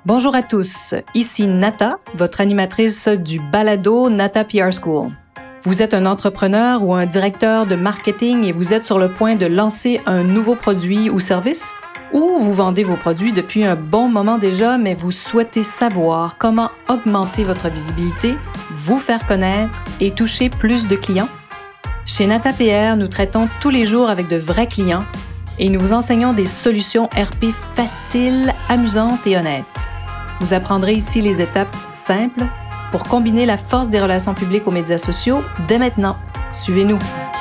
Bonjour à tous, ici Nata, votre animatrice du balado Nata PR School. Vous êtes un entrepreneur ou un directeur de marketing et vous êtes sur le point de lancer un nouveau produit ou service? Ou vous vendez vos produits depuis un bon moment déjà, mais vous souhaitez savoir comment augmenter votre visibilité, vous faire connaître et toucher plus de clients? Chez Nata PR, nous traitons tous les jours avec de vrais clients et nous vous enseignons des solutions RP faciles, amusantes et honnêtes. Vous apprendrez ici les étapes simples pour combiner la force des relations publiques aux médias sociaux dès maintenant. Suivez-nous.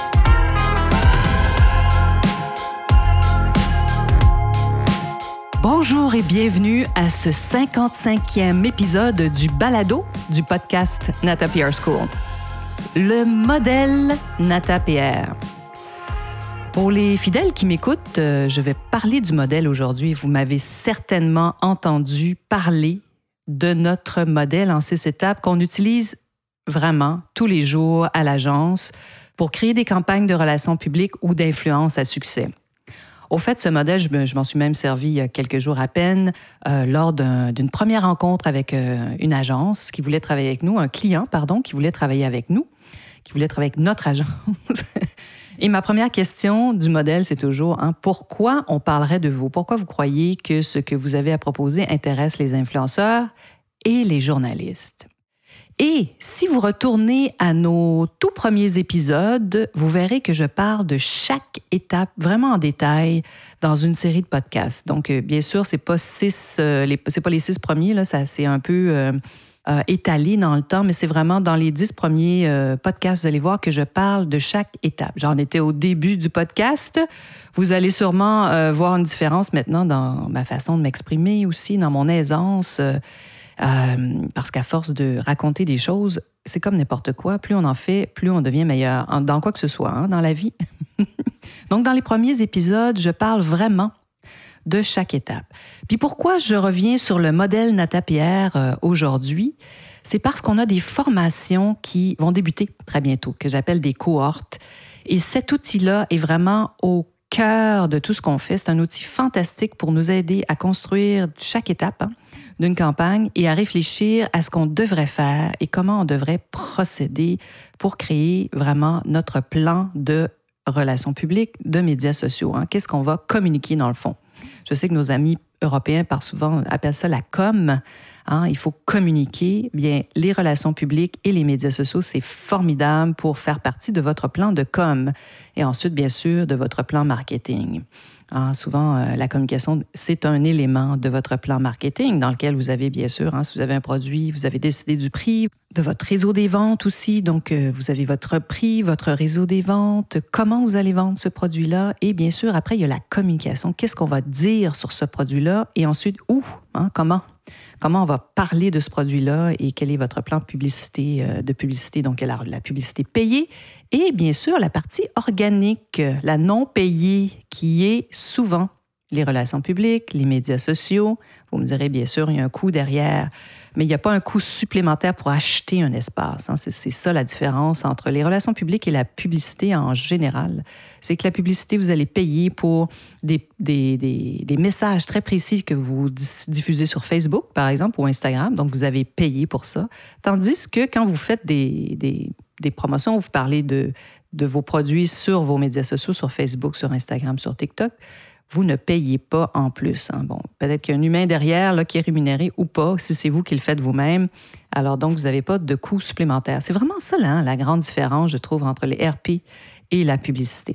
Bonjour et bienvenue à ce 55e épisode du balado du podcast Nata PR School. Le modèle Nata PR. Pour les fidèles qui m'écoutent, je vais parler du modèle aujourd'hui. Vous m'avez certainement entendu parler de notre modèle en 6 étapes qu'on utilise vraiment tous les jours à l'agence pour créer des campagnes de relations publiques ou d'influence à succès. Au fait, ce modèle, je m'en suis même servi il y a quelques jours à peine lors d'une première rencontre avec une agence qui voulait travailler avec nous, un client, qui voulait travailler avec nous, qui voulait travailler avec notre agence. Et ma première question du modèle, c'est toujours pourquoi on parlerait de vous? Pourquoi vous croyez que ce que vous avez à proposer intéresse les influenceurs et les journalistes? Et si vous retournez à nos tout premiers épisodes, vous verrez que je parle de chaque étape vraiment en détail dans une série de podcasts. Donc, bien sûr, c'est pas les 6 premiers, là, ça c'est un peu étalé dans le temps, mais c'est vraiment dans les 10 premiers podcasts, vous allez voir que je parle de chaque étape. J'en étais au début du podcast. Vous allez sûrement voir une différence maintenant dans ma façon de m'exprimer aussi, dans mon aisance. Parce qu'à force de raconter des choses, c'est comme n'importe quoi. Plus on en fait, plus on devient meilleur. Dans quoi que ce soit, dans la vie. Donc, dans les premiers épisodes, je parle vraiment de chaque étape. Puis pourquoi je reviens sur le modèle Nata PR aujourd'hui? C'est parce qu'on a des formations qui vont débuter très bientôt, que j'appelle des cohortes. Et cet outil-là est vraiment au cœur de tout ce qu'on fait. C'est un outil fantastique pour nous aider à construire chaque étape d'une campagne et à réfléchir à ce qu'on devrait faire et comment on devrait procéder pour créer vraiment notre plan de relations publiques, de médias sociaux. Qu'est-ce qu'on va communiquer dans le fond? Je sais que nos amis européens appellent ça la com. Il faut communiquer. Bien, les relations publiques et les médias sociaux, c'est formidable pour faire partie de votre plan de com. Et ensuite, bien sûr, de votre plan marketing. Souvent, la communication, c'est un élément de votre plan marketing dans lequel vous avez, bien sûr, si vous avez un produit, vous avez décidé du prix, de votre réseau des ventes aussi. Donc, vous avez votre prix, votre réseau des ventes, comment vous allez vendre ce produit-là. Et bien sûr, après, il y a la communication. Qu'est-ce qu'on va dire sur ce produit-là? Et ensuite, où? Comment? Comment on va parler de ce produit-là et quel est votre plan de publicité? Donc, il y a la publicité payée et bien sûr la partie organique, la non payée, qui est souvent les relations publiques, les médias sociaux. Vous me direz, bien sûr, il y a un coût derrière, mais il n'y a pas un coût supplémentaire pour acheter un espace. C'est ça la différence entre les relations publiques et la publicité en général. C'est que la publicité, vous allez payer pour des messages très précis que vous diffusez sur Facebook, par exemple, ou Instagram. Donc, vous avez payé pour ça. Tandis que quand vous faites des promotions, vous parlez de vos produits sur vos médias sociaux, sur Facebook, sur Instagram, sur TikTok, vous ne payez pas en plus. Bon, peut-être qu'il y a un humain derrière là, qui est rémunéré ou pas, si c'est vous qui le faites vous-même. Alors donc, vous n'avez pas de coût supplémentaire. C'est vraiment ça, la grande différence, je trouve, entre les RP et la publicité.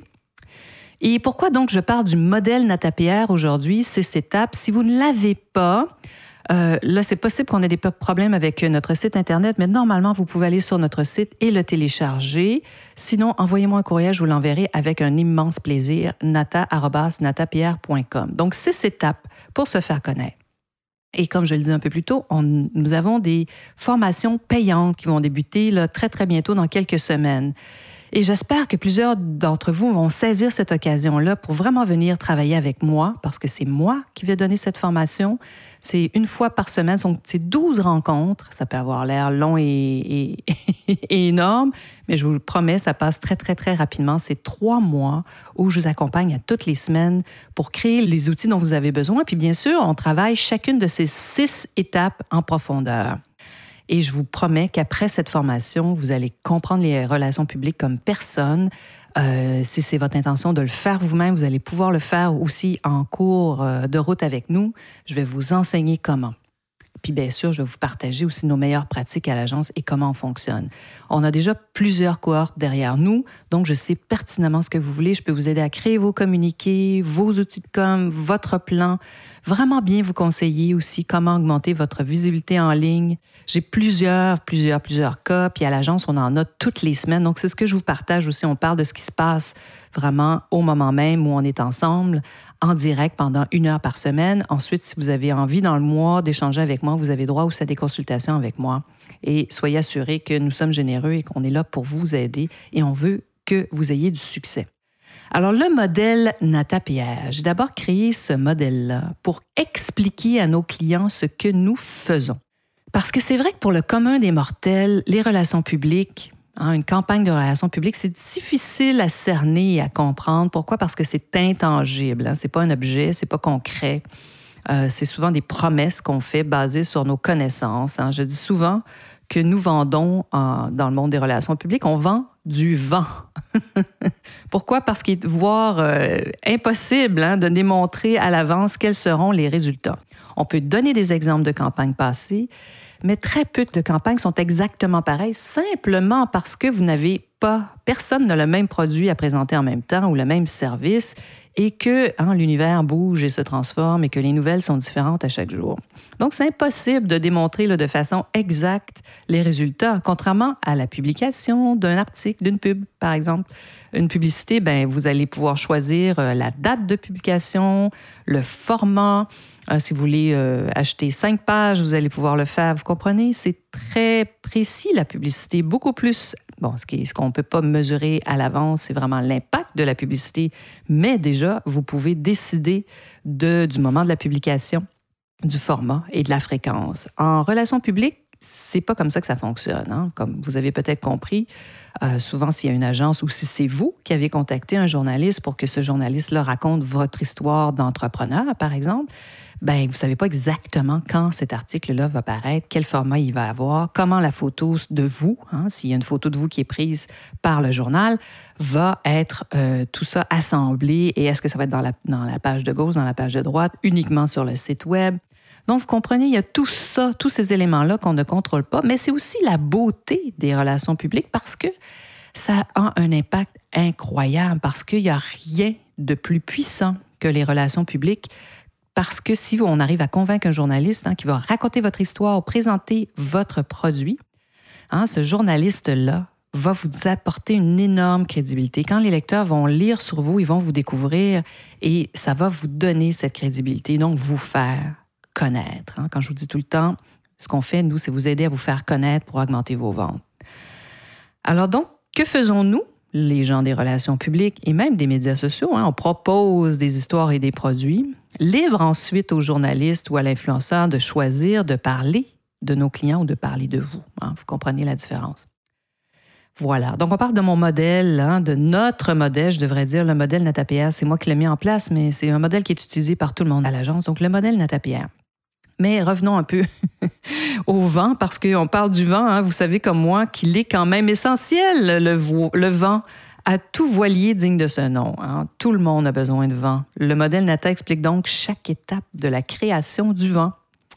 Et pourquoi donc je parle du modèle Nata PR aujourd'hui, 6 étapes? Si vous ne l'avez pas, là, c'est possible qu'on ait des problèmes avec notre site Internet, mais normalement, vous pouvez aller sur notre site et le télécharger. Sinon, envoyez-moi un courriel, je vous l'enverrai avec un immense plaisir, nata@natapr.com. Donc, 6 étapes pour se faire connaître. Et comme je le disais un peu plus tôt, nous avons des formations payantes qui vont débuter là, très, très bientôt, dans quelques semaines. Et j'espère que plusieurs d'entre vous vont saisir cette occasion-là pour vraiment venir travailler avec moi, parce que c'est moi qui vais donner cette formation. C'est une fois par semaine, donc c'est 12 rencontres. Ça peut avoir l'air long et énorme, mais je vous le promets, ça passe très, très, très rapidement. C'est 3 mois où je vous accompagne à toutes les semaines pour créer les outils dont vous avez besoin. Puis bien sûr, on travaille chacune de ces 6 étapes en profondeur. Et je vous promets qu'après cette formation, vous allez comprendre les relations publiques comme personne. Si c'est votre intention de le faire vous-même, vous allez pouvoir le faire aussi en cours de route avec nous. Je vais vous enseigner comment. Puis bien sûr, je vais vous partager aussi nos meilleures pratiques à l'agence et comment on fonctionne. On a déjà plusieurs cohortes derrière nous, donc je sais pertinemment ce que vous voulez. Je peux vous aider à créer vos communiqués, vos outils de com, votre plan. Vraiment bien vous conseiller aussi comment augmenter votre visibilité en ligne. J'ai plusieurs cas, puis à l'agence, on en a toutes les semaines. Donc, c'est ce que je vous partage aussi. On parle de ce qui se passe vraiment au moment même où on est ensemble, en direct pendant 1 heure par semaine. Ensuite, si vous avez envie dans le mois d'échanger avec moi, vous avez droit aussi à des consultations avec moi. Et soyez assurés que nous sommes généreux et qu'on est là pour vous aider et on veut que vous ayez du succès. Alors, le modèle NATAPR, j'ai d'abord créé ce modèle-là pour expliquer à nos clients ce que nous faisons. Parce que c'est vrai que pour le commun des mortels, les relations publiques, une campagne de relations publiques, c'est difficile à cerner et à comprendre. Pourquoi? Parce que c'est intangible. C'est pas un objet, c'est pas concret. C'est souvent des promesses qu'on fait basées sur nos connaissances. Je dis souvent que nous vendons dans le monde des relations publiques, on vend du vent. Pourquoi? Parce qu'il est voire impossible de démontrer à l'avance quels seront les résultats. On peut donner des exemples de campagnes passées, mais très peu de campagnes sont exactement pareilles, simplement parce que vous n'avez pas, personne n'a le même produit à présenter en même temps ou le même service et que l'univers bouge et se transforme et que les nouvelles sont différentes à chaque jour. Donc, c'est impossible de démontrer de façon exacte les résultats, contrairement à la publication d'un article, d'une pub, par exemple. Une publicité, vous allez pouvoir choisir la date de publication, le format. Si vous voulez acheter 5 pages, vous allez pouvoir le faire. Vous comprenez? C'est très précis, la publicité, beaucoup plus. Bon, ce qu'on ne peut pas mesurer à l'avance, c'est vraiment l'impact de la publicité. Mais déjà, vous pouvez décider du moment de la publication, du format et de la fréquence. En relations publiques, c'est pas comme ça que ça fonctionne. Comme vous avez peut-être compris, souvent, s'il y a une agence ou si c'est vous qui avez contacté un journaliste pour que ce journaliste-là raconte votre histoire d'entrepreneur, par exemple, vous ne savez pas exactement quand cet article-là va paraître, quel format il va avoir, comment la photo de vous, s'il y a une photo de vous qui est prise par le journal, va être tout ça assemblé et est-ce que ça va être dans la page de gauche, dans la page de droite, uniquement sur le site web. Donc, vous comprenez, il y a tout ça, tous ces éléments-là qu'on ne contrôle pas, mais c'est aussi la beauté des relations publiques parce que ça a un impact incroyable, parce qu'il n'y a rien de plus puissant que les relations publiques, parce que si on arrive à convaincre un journaliste qui va raconter votre histoire, présenter votre produit, ce journaliste-là va vous apporter une énorme crédibilité. Quand les lecteurs vont lire sur vous, ils vont vous découvrir et ça va vous donner cette crédibilité, donc vous faire connaître. Quand je vous dis tout le temps, ce qu'on fait, nous, c'est vous aider à vous faire connaître pour augmenter vos ventes. Alors donc, que faisons-nous, les gens des relations publiques et même des médias sociaux? On propose des histoires et des produits. Libre ensuite aux journalistes ou à l'influenceur de choisir de parler de nos clients ou de parler de vous. Vous comprenez la différence. Voilà. Donc, on parle de mon modèle, de notre modèle, je devrais dire, le modèle NATAPR. C'est moi qui l'ai mis en place, mais c'est un modèle qui est utilisé par tout le monde à l'agence. Donc, le modèle NATAPR. Mais revenons un peu au vent, parce qu'on parle du vent, vous savez comme moi, qu'il est quand même essentiel, le vent, à tout voilier digne de ce nom. Tout le monde a besoin de vent. Le modèle NATA explique donc chaque étape de la création du vent.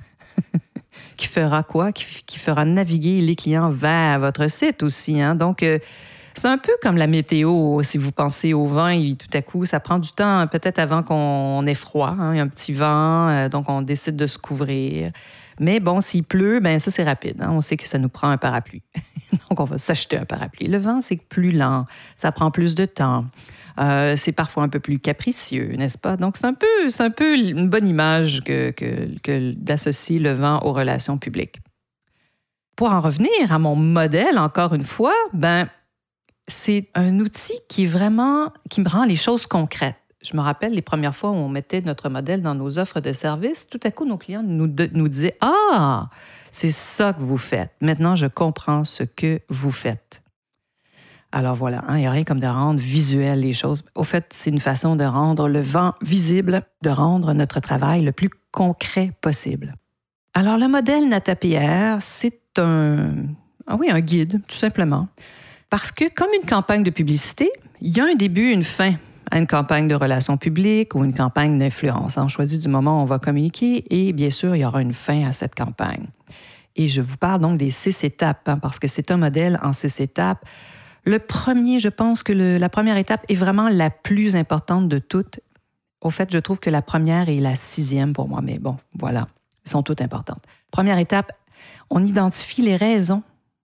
Qui fera quoi? Qui fera naviguer les clients vers votre site aussi. Donc, c'est un peu comme la météo. Si vous pensez au vent, et tout à coup, ça prend du temps, peut-être avant qu'on ait froid. Il y a un petit vent, donc on décide de se couvrir. Mais bon, s'il pleut, ça, c'est rapide. On sait que ça nous prend un parapluie. Donc, on va s'acheter un parapluie. Le vent, c'est plus lent. Ça prend plus de temps. C'est parfois un peu plus capricieux, n'est-ce pas? Donc, c'est un peu une bonne image que d'associer le vent aux relations publiques. Pour en revenir à mon modèle, encore une fois, c'est un outil qui me rend les choses concrètes. Je me rappelle les premières fois où on mettait notre modèle dans nos offres de services, tout à coup, nos clients nous disaient « Ah, c'est ça que vous faites. Maintenant, je comprends ce que vous faites. » Alors voilà, il n'y a rien comme de rendre visuel les choses. Au fait, c'est une façon de rendre le vent visible, de rendre notre travail le plus concret possible. Alors, le modèle NataPR, c'est un guide, tout simplement. Parce que, comme une campagne de publicité, il y a un début et une fin à une campagne de relations publiques ou une campagne d'influence. On choisit du moment où on va communiquer et, bien sûr, il y aura une fin à cette campagne. Et je vous parle donc des 6 étapes, parce que c'est un modèle en 6 étapes. Le premier, je pense que la première étape est vraiment la plus importante de toutes. Au fait, je trouve que la première est la 6e pour moi, mais bon, voilà, elles sont toutes importantes. Première étape, on identifie les raisons.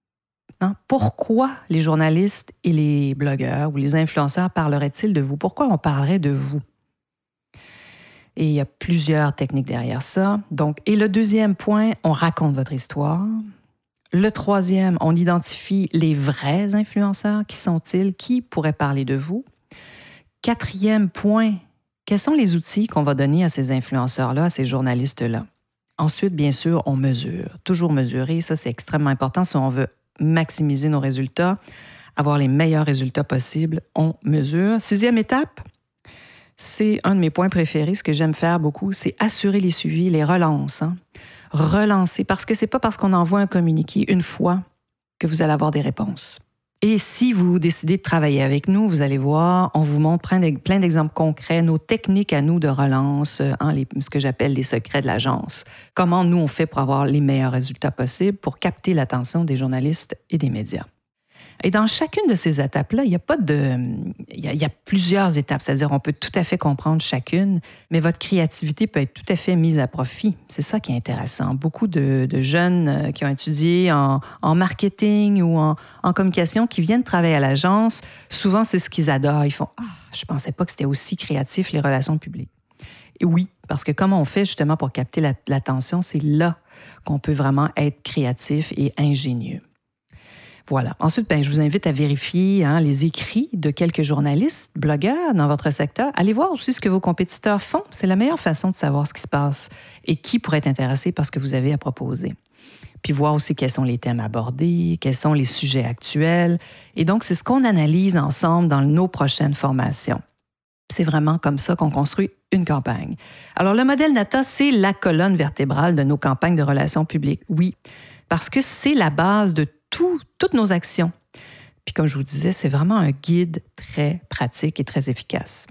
Pourquoi les journalistes et les blogueurs ou les influenceurs parleraient-ils de vous? Pourquoi on parlerait de vous? Et il y a plusieurs techniques derrière ça. Donc, et le deuxième point, on raconte votre histoire. Le troisième, on identifie les vrais influenceurs. Qui sont-ils? Qui pourraient parler de vous? Quatrième point, quels sont les outils qu'on va donner à ces influenceurs-là, à ces journalistes-là? Ensuite, bien sûr, on mesure. Toujours mesurer, ça c'est extrêmement important si on veut maximiser nos résultats, avoir les meilleurs résultats possibles, on mesure. 6e étape, c'est un de mes points préférés, ce que j'aime faire beaucoup, c'est assurer les suivis, les relances. Relancer, parce que c'est pas parce qu'on envoie un communiqué une fois que vous allez avoir des réponses. Et si vous décidez de travailler avec nous, vous allez voir, on vous montre plein d'exemples concrets, nos techniques à nous de relance, ce que j'appelle les secrets de l'agence. Comment nous, on fait pour avoir les meilleurs résultats possibles, pour capter l'attention des journalistes et des médias. Et dans chacune de ces étapes-là, il y a plusieurs étapes, c'est-à-dire on peut tout à fait comprendre chacune, mais votre créativité peut être tout à fait mise à profit. C'est ça qui est intéressant. Beaucoup de jeunes qui ont étudié en marketing ou en communication, qui viennent travailler à l'agence, souvent c'est ce qu'ils adorent. Ils font « Ah, je pensais pas que c'était aussi créatif, les relations publiques. » Et oui, parce que comment on fait justement pour capter l'attention, c'est là qu'on peut vraiment être créatif et ingénieux. Voilà. Ensuite, je vous invite à vérifier les écrits de quelques journalistes, blogueurs dans votre secteur. Allez voir aussi ce que vos compétiteurs font. C'est la meilleure façon de savoir ce qui se passe et qui pourrait être intéressé par ce que vous avez à proposer. Puis voir aussi quels sont les thèmes abordés, quels sont les sujets actuels. Et donc, c'est ce qu'on analyse ensemble dans nos prochaines formations. C'est vraiment comme ça qu'on construit une campagne. Alors, le modèle Nata, c'est la colonne vertébrale de nos campagnes de relations publiques. Oui, parce que c'est la base de toutes nos actions. Puis comme je vous disais, c'est vraiment un guide très pratique et très efficace.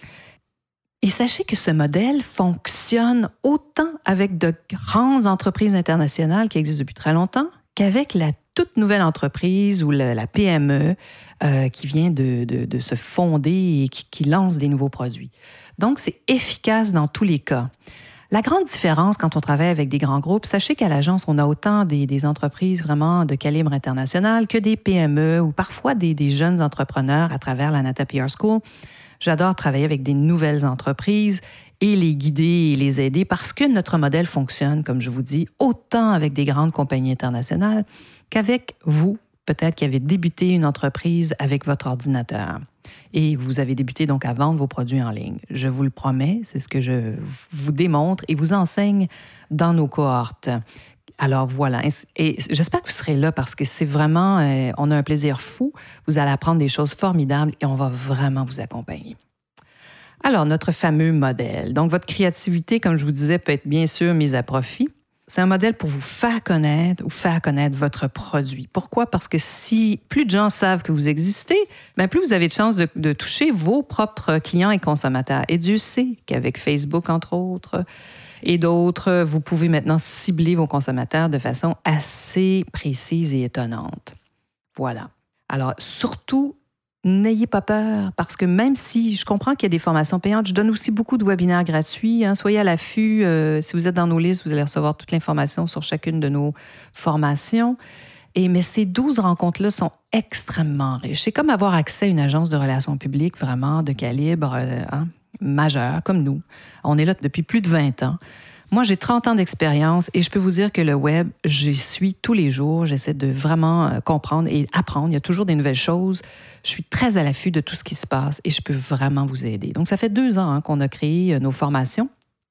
Et sachez que ce modèle fonctionne autant avec de grandes entreprises internationales qui existent depuis très longtemps qu'avec la toute nouvelle entreprise ou la PME qui vient de se fonder et qui lance des nouveaux produits. Donc, c'est efficace dans tous les cas. La grande différence quand on travaille avec des grands groupes, sachez qu'à l'agence, on a autant des entreprises vraiment de calibre international que des PME ou parfois des jeunes entrepreneurs à travers la NataPR School. J'adore travailler avec des nouvelles entreprises et les guider et les aider parce que notre modèle fonctionne, comme je vous dis, autant avec des grandes compagnies internationales qu'avec vous, peut-être qui avez débuté une entreprise avec votre ordinateur. Et vous avez débuté donc à vendre vos produits en ligne. Je vous le promets, c'est ce que je vous démontre et vous enseigne dans nos cohortes. Alors voilà, et j'espère que vous serez là parce que c'est vraiment, on a un plaisir fou. Vous allez apprendre des choses formidables et on va vraiment vous accompagner. Alors, notre fameux modèle. Donc, votre créativité, comme je vous disais, peut être bien sûr mise à profit. C'est un modèle pour vous faire connaître ou faire connaître votre produit. Pourquoi? Parce que si plus de gens savent que vous existez, plus vous avez de chances de toucher vos propres clients et consommateurs. Et Dieu sait qu'avec Facebook, entre autres, et d'autres, vous pouvez maintenant cibler vos consommateurs de façon assez précise et étonnante. Voilà. Alors, surtout, n'ayez pas peur, parce que même si je comprends qu'il y a des formations payantes, je donne aussi beaucoup de webinaires gratuits. Soyez à l'affût. Si vous êtes dans nos listes, vous allez recevoir toute l'information sur chacune de nos formations. Mais ces 12 rencontres-là sont extrêmement riches. C'est comme avoir accès à une agence de relations publiques vraiment de calibre majeur, comme nous. On est là depuis plus de 20 ans Moi, j'ai 30 ans d'expérience et je peux vous dire que le web, j'y suis tous les jours. J'essaie de vraiment comprendre et apprendre. Il y a toujours des nouvelles choses. Je suis très à l'affût de tout ce qui se passe et je peux vraiment vous aider. Donc, ça fait 2 ans qu'on a créé nos formations.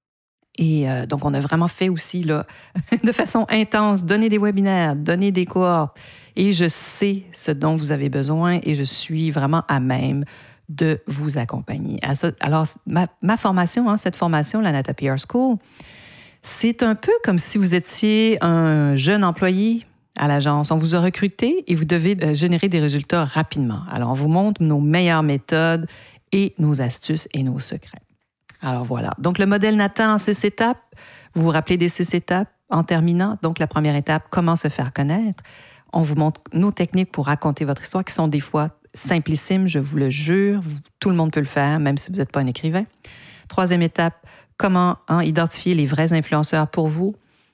Et donc, on a vraiment fait aussi, là, de façon intense, donner des webinaires, donner des cohortes. Et je sais ce dont vous avez besoin et je suis vraiment à même de vous accompagner. Alors, ma formation, cette formation, la NataPR School, c'est un peu comme si vous étiez un jeune employé à l'agence. On vous a recruté et vous devez générer des résultats rapidement. Alors, on vous montre nos meilleures méthodes et nos astuces et nos secrets. Alors voilà. Donc, le modèle Nata en 6 étapes. Vous vous rappelez des 6 étapes en terminant? Donc, la première étape, comment se faire connaître? On vous montre nos techniques pour raconter votre histoire qui sont des fois simplissimes, je vous le jure. Tout le monde peut le faire, même si vous n'êtes pas un écrivain. 3e étape, comment identifier les vrais influenceurs pour vous?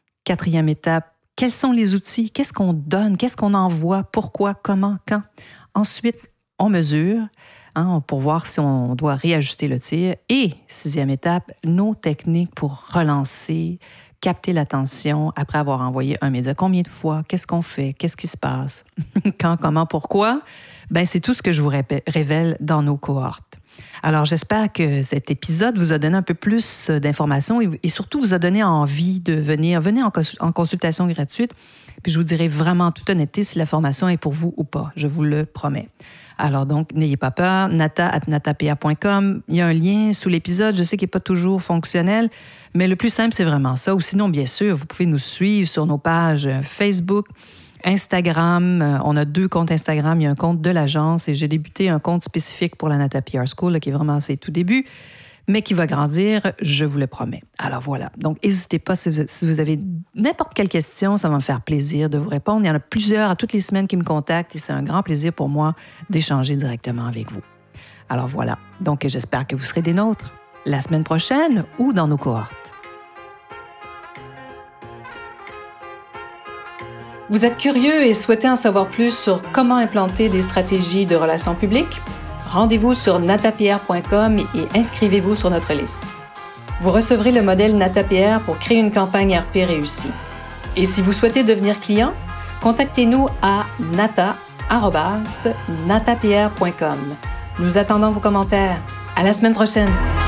4e étape, quels sont les outils? Qu'est-ce qu'on donne? Qu'est-ce qu'on envoie? Pourquoi? Comment? Quand? Ensuite, on mesure pour voir si on doit réajuster le tir. Et 6e étape, nos techniques pour relancer, capter l'attention après avoir envoyé un média. Combien de fois? Qu'est-ce qu'on fait? Qu'est-ce qui se passe? Quand, comment, pourquoi? C'est tout ce que je vous révèle dans nos cohortes. Alors, j'espère que cet épisode vous a donné un peu plus d'informations et surtout vous a donné envie de venir en consultation gratuite. Puis je vous dirai vraiment en toute honnêteté si la formation est pour vous ou pas. Je vous le promets. Alors donc, n'ayez pas peur, nata@natapr.com. Il y a un lien sous l'épisode. Je sais qu'il n'est pas toujours fonctionnel, mais le plus simple, c'est vraiment ça. Ou sinon, bien sûr, vous pouvez nous suivre sur nos pages Facebook, Instagram. On a 2 comptes Instagram. Il y a un compte de l'agence et j'ai débuté un compte spécifique pour la NataPR School, là, qui est vraiment à ses tout débuts, mais qui va grandir, je vous le promets. Alors voilà. Donc, n'hésitez pas si vous avez n'importe quelle question, ça va me faire plaisir de vous répondre. Il y en a plusieurs à toutes les semaines qui me contactent et c'est un grand plaisir pour moi d'échanger directement avec vous. Alors voilà. Donc, j'espère que vous serez des nôtres la semaine prochaine ou dans nos cohortes. Vous êtes curieux et souhaitez en savoir plus sur comment implanter des stratégies de relations publiques? Rendez-vous sur natapr.com et inscrivez-vous sur notre liste. Vous recevrez le modèle NataPR pour créer une campagne RP réussie. Et si vous souhaitez devenir client, contactez-nous à nata@natapr.com. Nous attendons vos commentaires. À la semaine prochaine!